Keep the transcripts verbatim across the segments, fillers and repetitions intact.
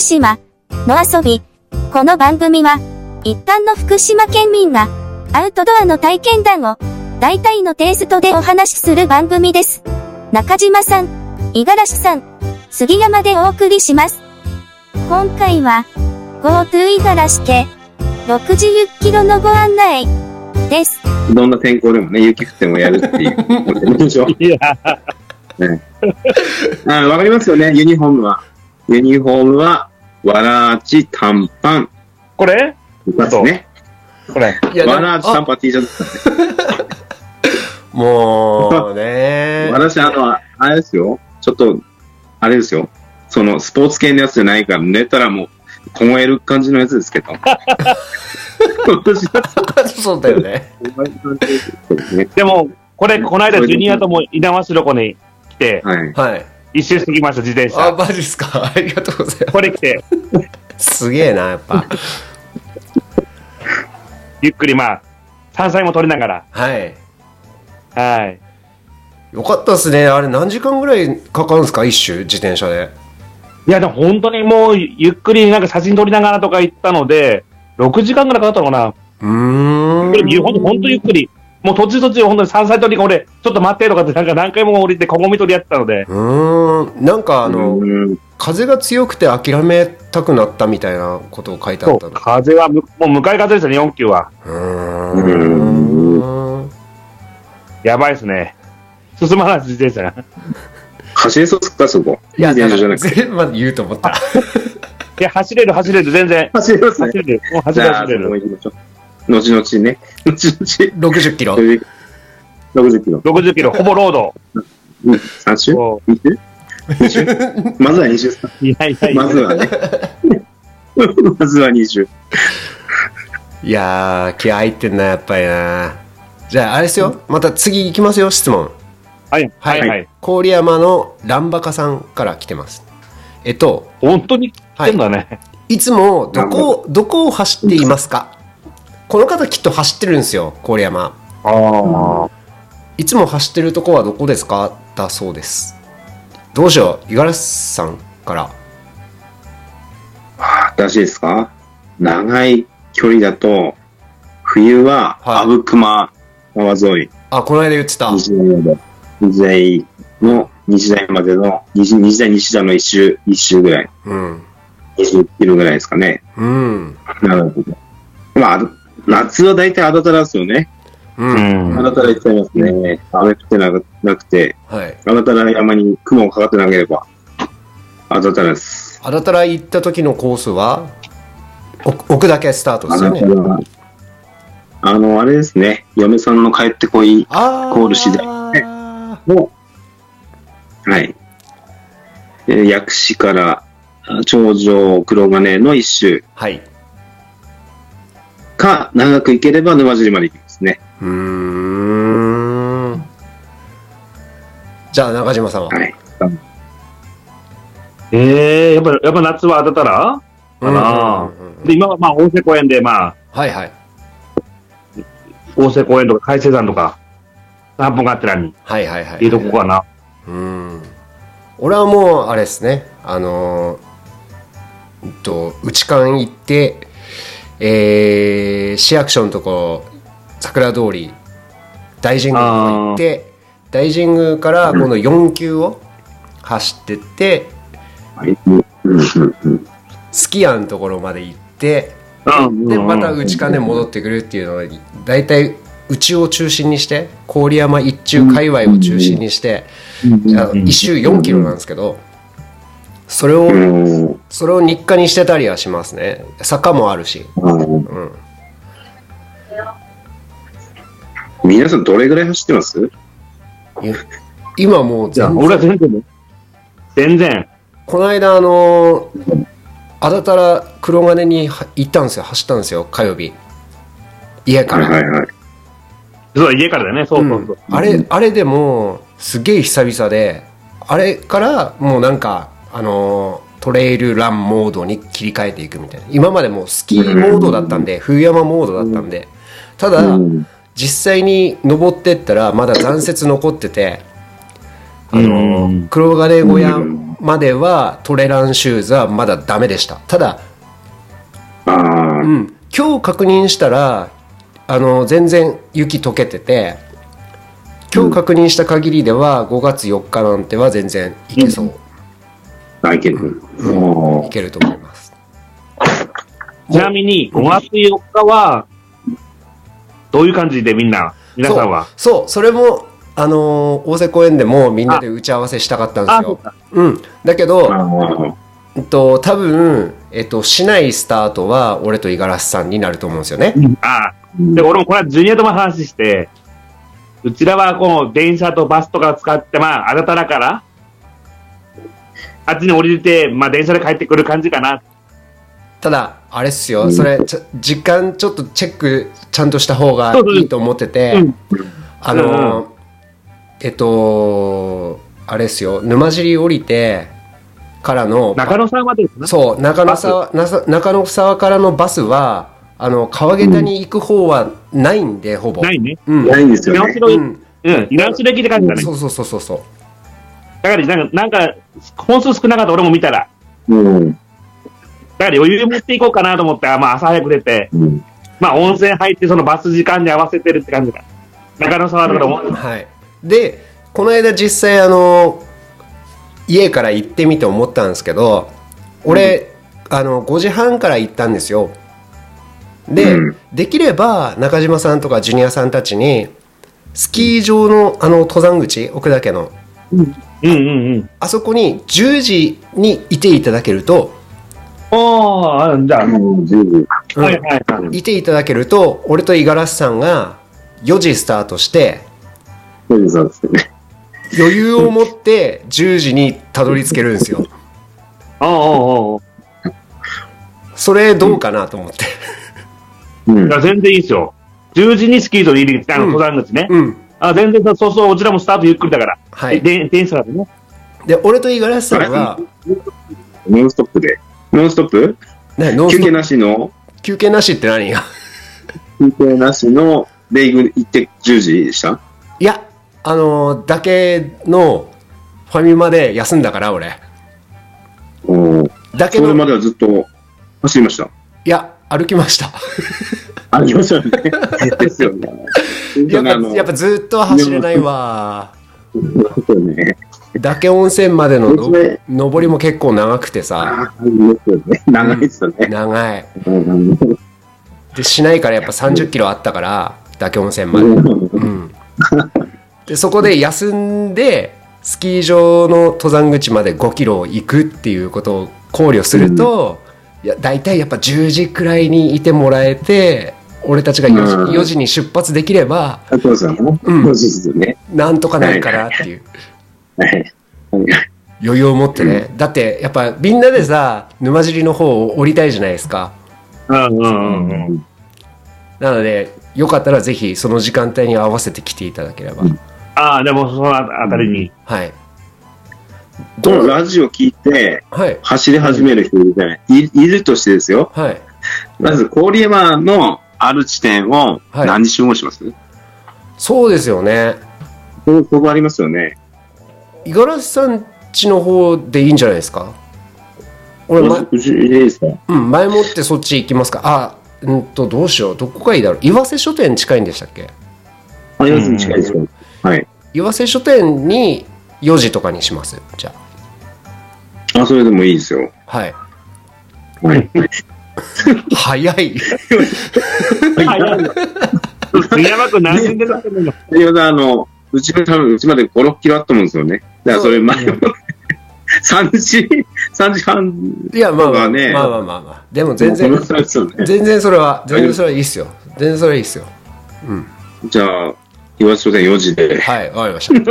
島の遊び。この番組は、一般の福島県民が、アウトドアの体験談を、大体のテイストでお話しする番組です。中島さん、五十嵐さん、杉山でお送りします。今回は、GoTo 五十嵐家、ろくじゅっキロのご案内、です。 どんな天候でもね、雪降ってもやるっていう。でしょいや、ね、あ、わかりますよね、ユニフォームは。ユニフォームは、わらあち短パン。 これそうね。 これ。 わらあち短パン T シャツ。 もうね私、あの、あれですよ。ちょっと、あれですよ。その、スポーツ系のやつじゃないから、寝たらもう、凍える感じのやつですけど。 そうだよね。 でも、これ、この間、ジュニアとも猪苗代湖に来て、 はい。 一周してきました、自転車。 あ、マジっすか。ありがとうございます。 これ来て。 すげえな、やっぱ。 ゆっくり、まあ、山菜も取りながら。 はい。 はい。 よかったですね。あれ何時間ぐらいかかるんですか、一周、自転車で。 いや、でも本当にもう、ゆっくりなんか写真撮りながらとか行ったので、ろくじかんぐらいかかったのかな。 うーん。 これ、ほんと、ほんとゆっくり。もう途中途中、本当に山菜取りが俺、ちょっと待ってとかってなんか何回も降りて、こごみ取りやってたので。 うーん。なんかあの、風が強くて諦めたくなったみたいなことを書いてあったの。 風はむ、もう向かい風ですよね、よん級は。 うーん。 やばいですね。進まないです、自転車が。 走れそうですか、そこ。 いや、 自転車じゃなくて。 全部まで言うと思った。 いや、走れる、走れる、全然。 走れますね。 走れる。もう走れる、走れる。 後々ね。後々。 ろくじゅっキロ。 ろくじゅっキロ。 ろくじゅっキロ、ほぼロード。 うん、さん周 ?に 周 ?に 周まずはに周。 いやいやいや。 まずはね。まずはに周。 いやー、気合入ってんな、やっぱりな。じゃあ、あれですよ。また次行きますよ、質問。 はい、はい、はい。 郡山のランバカさんから来てます。えっと。 本当に来てんだね。 はい、いつも、どこ、どこを走っていますか？この方きっと走ってるんですよ、郡山。 ああ。 いつも走ってるとこはどこですか？だそうです。どうしよう、五十嵐さんから。 私ですか？長い距離だと、冬は阿武隈川沿い。 あ、この間言ってた。 日大の、日大までの、日大西田の一周、一周ぐらい。 うん。 にじゅっキロぐらいですかね。 うん。 なるほど。まあ、夏は大体あだたらですよね。 うん。 あだたら行っちゃいますね。雨降ってなくなくて、 はい。 あだたら山に雲がかかってなければ、あだたらです。 あだたら行った時のコースは、置くだけスタートですよね。 あの、あれですね。嫁さんの帰ってこいコール次第の、はい。えー、薬師から頂上黒金の一周。 はい。 か、長く行ければ沼尻まで行きますね。 うーん。じゃあ、中島さんは。 はい。 ええー、やっぱ、やっぱ夏はあだたらかな、うんうんうん、で、今はまあ、大瀬公園で、まあ。 はいはい。 大瀬公園とか海星山とか散歩があってらに、 はいはいはい、 いいとこかな。 うん。俺はもうあれですね、あのー、うんと内観行って、えー、市役所のとこ桜通り大神宮行って大神宮からこのよん級を走ってって、うん、スキヤのところまで行って。でまた内観で戻ってくるっていうのをだいたい内を中心にして郡山一中界隈を中心にして一周よんキロなんですけどそれをそれを日課にしてたりはしますね。坂もあるし、うん、 皆さんどれぐらい走ってます？ 今もう全然俺は全然全然この間あのーあだたら黒金に行ったんですよ。走ったんですよ、火曜日。家から。 はいはいはい。 そう、家からだね。そうそうそう。 うん、あれ、あれでも、すげえ久々で、あれからもうなんか、あのー、トレイルランモードに切り替えていくみたいな。今までもうスキーモードだったんで、冬山モードだったんで。ただ、実際に登ってったら、まだ残雪残ってて、あのー、黒金小屋まではトレランシューズはまだダメでした。ただ、 あうん、今日確認したらあの全然雪溶けてて、今日確認した限りではごがつよっかなんては全然いけそう、 あ、いける、 うん、いけると思います。 ちなみにごがつよっかはどういう感じでみんな皆さんは？ そう、そう、それもあの大瀬公園でもみんなで打ち合わせしたかったんですよ。うん、だけど、えっと、多分、えっと、市内スタートは俺と五十嵐さんになると思うんですよね。 ああ、で俺もこれはジュニアとも話して、うちらはこう電車とバスとか使って、まああなただからあっちに降りて、まあ電車で帰ってくる感じかな。ただあれっすよ、それちょ時間ちょっとチェックちゃんとした方がいいと思ってて、うん、あの、うん、えっとあれっすよ、沼尻降りてからの中野沢までですね。 そう、中野沢、中野沢からのバスはあの川下に行く方はないんで、うん、ほぼないね、 うん、ないんですよね。 うん、稲城駅って感じだね。 そうそうそうそうそう。 だからなんかなんか本数少なかった俺も見たら、 うん、 だから余裕持っていこうかなと思って、まあ朝早く出て、うん、まあ温泉入ってそのバス時間に合わせてるって感じだ。中野沢だと思う、うん、 はい。でこの間実際あの家から行ってみて思ったんですけど、俺、うん、あのごじはんから行ったんですよ。で、うん、できれば中島さんとかジュニアさんたちにスキー場のあの登山口、奥岳の、 うんうんうんうん、 あそこにじゅうじにいていただけると、 ああ、じゃあ、うん、はいはいはい、 いていただけると俺と五十嵐さんがよじスタートしてそうですね、 余裕を持ってじゅうじにたどり着けるんですよ。 ああああ、 それどうかなと思って、 うん、いや全然いいですよ。じゅうじにスキー場に入り口、あの登山口ね、うんうん、あ全然そうそう、うちらもスタートゆっくりだから、はい、で電車でね。 で俺と五十嵐さんはノンストップでノンストップ休憩なしの休憩なしって何が休憩なしので行ってじゅうじでした？ いや、あのだけのファミマで休んだから俺。 おだけどそれまではずっと走りました？ いや、歩きました歩きましたねですよね。 やっぱ、やっぱずっと走れないわ岳温泉までのの上りも結構長くてさ、 長いですよね、 うん、長いで市内からやっぱさんじゅっキロあったから岳温泉まで、うん、でそこで休んでスキー場の登山口までごキロ行くっていうことを考慮すると、うん、いや大体やっぱじゅうじくらいにいてもらえて俺たちがよじ、うん、よじに出発できれば、うん、なんとかなるかなっていう、はいはい、余裕を持ってね、うん、だってやっぱみんなでさ沼尻の方を降りたいじゃないですか、 うんうんうんうん、 なのでよかったらぜひその時間帯に合わせて来ていただければ、うん、 ああでもそのあたりに、うん、 はいこのラジオ聞いて、はい、走り始める人いる、い、いるとしてですよ、はい、まず郡山のある地点を何時集合します？はい、 そうですよね、 ここありますよね。 五十嵐さん家の方でいいんじゃないですか？俺、ま、 うちいいですか？ うん、前もってそっち行きますか？あ、うんとどうしよう、どこがいいだろう。岩瀬書店近いんでしたっけ？ あ、岩瀬に近いですよ、はい、 岩瀬書店によじとかにします。じゃあ、あ、それでもいいですよ。 はい、 はい、 早い早い杉山君何分でだったの？ 杉山さん、あのうちの多分うちまでご、ろっキロあったもんですよね。だからそれ前もさんじ、さんじはんいや、まあまあ、ね、まあまあまあまあ。でも全然、ね、全然それは、全然それはいいっすよ。全然それはいいっすよ。うん。 じゃあ、岩瀬書店よじで。 はい、わかりました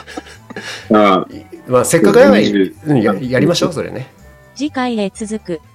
。あまあ、せっかくやばい、や、やりましょう、それね。 次回へ続く。